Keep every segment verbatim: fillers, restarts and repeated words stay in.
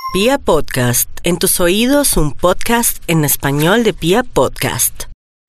Pia Podcast, en tus oídos un podcast en español de Pia Podcast.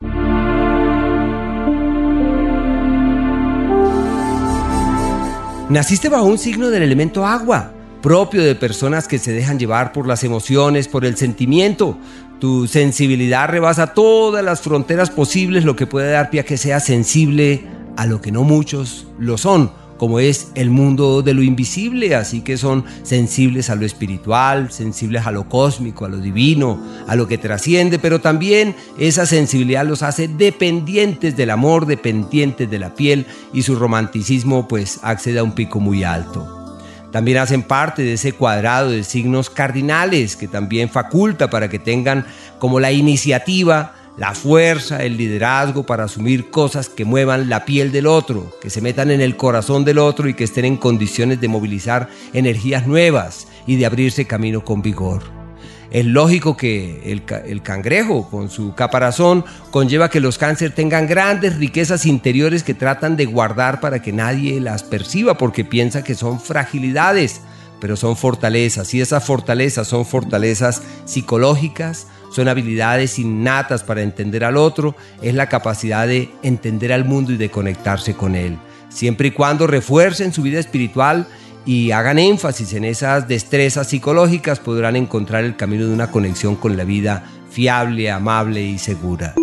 Naciste bajo un signo del elemento agua, propio de personas que se dejan llevar por las emociones, por el sentimiento. Tu sensibilidad rebasa todas las fronteras posibles, lo que puede dar pie a que seas sensible a lo que no muchos lo son, como es el mundo de lo invisible. Así que son sensibles a lo espiritual, sensibles a lo cósmico, a lo divino, a lo que trasciende, pero también esa sensibilidad los hace dependientes del amor, dependientes de la piel, y su romanticismo pues accede a un pico muy alto. También hacen parte de ese cuadrado de signos cardinales que también faculta para que tengan como la iniciativa, la fuerza, el liderazgo para asumir cosas que muevan la piel del otro, que se metan en el corazón del otro y que estén en condiciones de movilizar energías nuevas y de abrirse camino con vigor. Es lógico que el, el cangrejo con su caparazón conlleva que los cáncer tengan grandes riquezas interiores que tratan de guardar para que nadie las perciba, porque piensa que son fragilidades, pero son fortalezas, y esas fortalezas son fortalezas psicológicas, son habilidades innatas para entender al otro, es la capacidad de entender al mundo y de conectarse con él, siempre y cuando refuercen su vida espiritual y hagan énfasis en esas destrezas psicológicas, podrán encontrar el camino de una conexión con la vida fiable, amable y segura.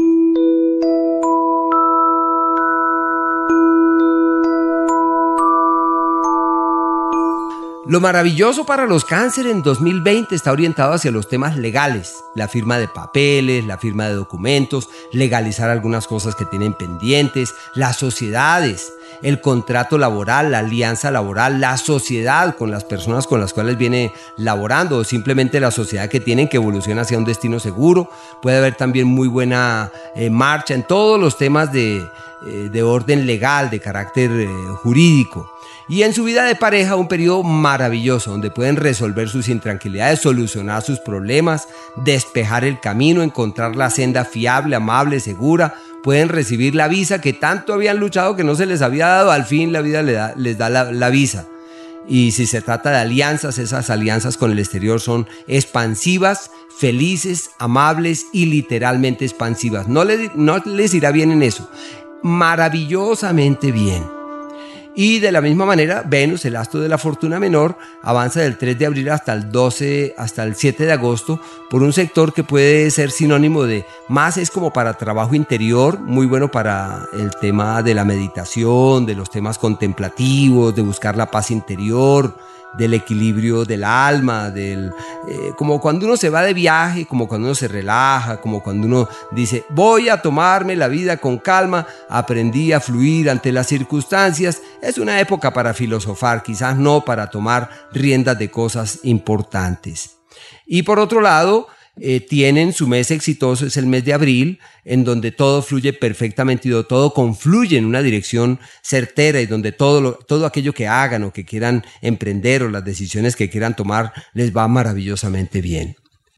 Lo maravilloso para los cáncer en dos mil veinte está orientado hacia los temas legales, la firma de papeles, la firma de documentos, legalizar algunas cosas que tienen pendientes, las sociedades, el contrato laboral, la alianza laboral, la sociedad con las personas con las cuales viene laborando, o simplemente la sociedad que tienen que evolucionar hacia un destino seguro. Puede haber también muy buena eh, marcha en todos los temas de, eh, de orden legal, de carácter eh, jurídico. Y en su vida de pareja, un periodo maravilloso donde pueden resolver sus intranquilidades, solucionar sus problemas, despejar el camino, encontrar la senda fiable, amable, segura. Pueden recibir la visa que tanto habían luchado que no se les había dado. Al fin la vida les da, les da la, la visa. Y si se trata de alianzas, esas alianzas con el exterior son expansivas, felices, amables y literalmente expansivas. No les, no les irá bien en eso. Maravillosamente bien. Y de la misma manera, Venus, el astro de la fortuna menor, avanza del tres de abril hasta el doce, hasta el siete de agosto, por un sector que puede ser sinónimo de más, es como para trabajo interior, muy bueno para el tema de la meditación, de los temas contemplativos, de buscar la paz interior, del equilibrio del alma, del, eh, como cuando uno se va de viaje, como cuando uno se relaja, como cuando uno dice, voy a tomarme la vida con calma, aprendí a fluir ante las circunstancias. Es una época para filosofar, quizás no para tomar riendas de cosas importantes. Y por otro lado, Eh, tienen su mes exitoso, es el mes de abril, en donde todo fluye perfectamente y todo confluye en una dirección certera, y donde todo, lo, todo aquello que hagan o que quieran emprender o las decisiones que quieran tomar les va maravillosamente bien.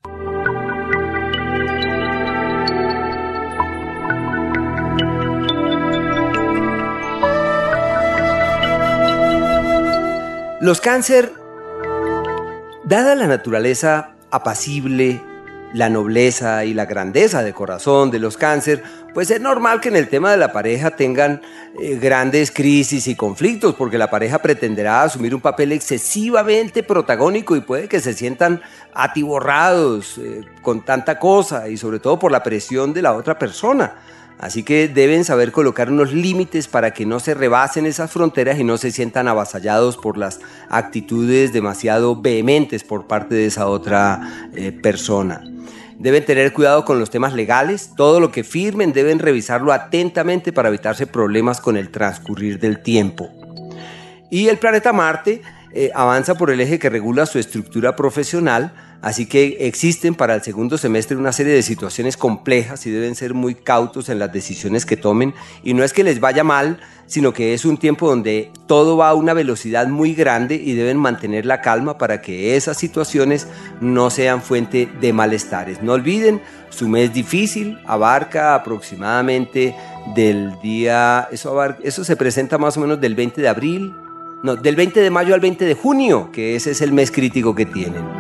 Los cáncer, dada la naturaleza apacible, la nobleza y la grandeza de corazón de los cáncer, pues es normal que en el tema de la pareja tengan eh, grandes crisis y conflictos, porque la pareja pretenderá asumir un papel excesivamente protagónico y puede que se sientan atiborrados eh, con tanta cosa, y sobre todo por la presión de la otra persona. Así que deben saber colocar unos límites para que no se rebasen esas fronteras y no se sientan avasallados por las actitudes demasiado vehementes por parte de esa otra eh, persona. Deben tener cuidado con los temas legales. Todo lo que firmen deben revisarlo atentamente para evitarse problemas con el transcurrir del tiempo. Y el planeta Marte eh, avanza por el eje que regula su estructura profesional, así que existen para el segundo semestre una serie de situaciones complejas y deben ser muy cautos en las decisiones que tomen. Y no es que les vaya mal, sino que es un tiempo donde todo va a una velocidad muy grande y deben mantener la calma para que esas situaciones no sean fuente de malestares. No olviden, su mes difícil abarca aproximadamente del día, eso, abarca, eso se presenta más o menos del veinte de abril, no, del veinte de mayo al veinte de junio, que ese es el mes crítico que tienen.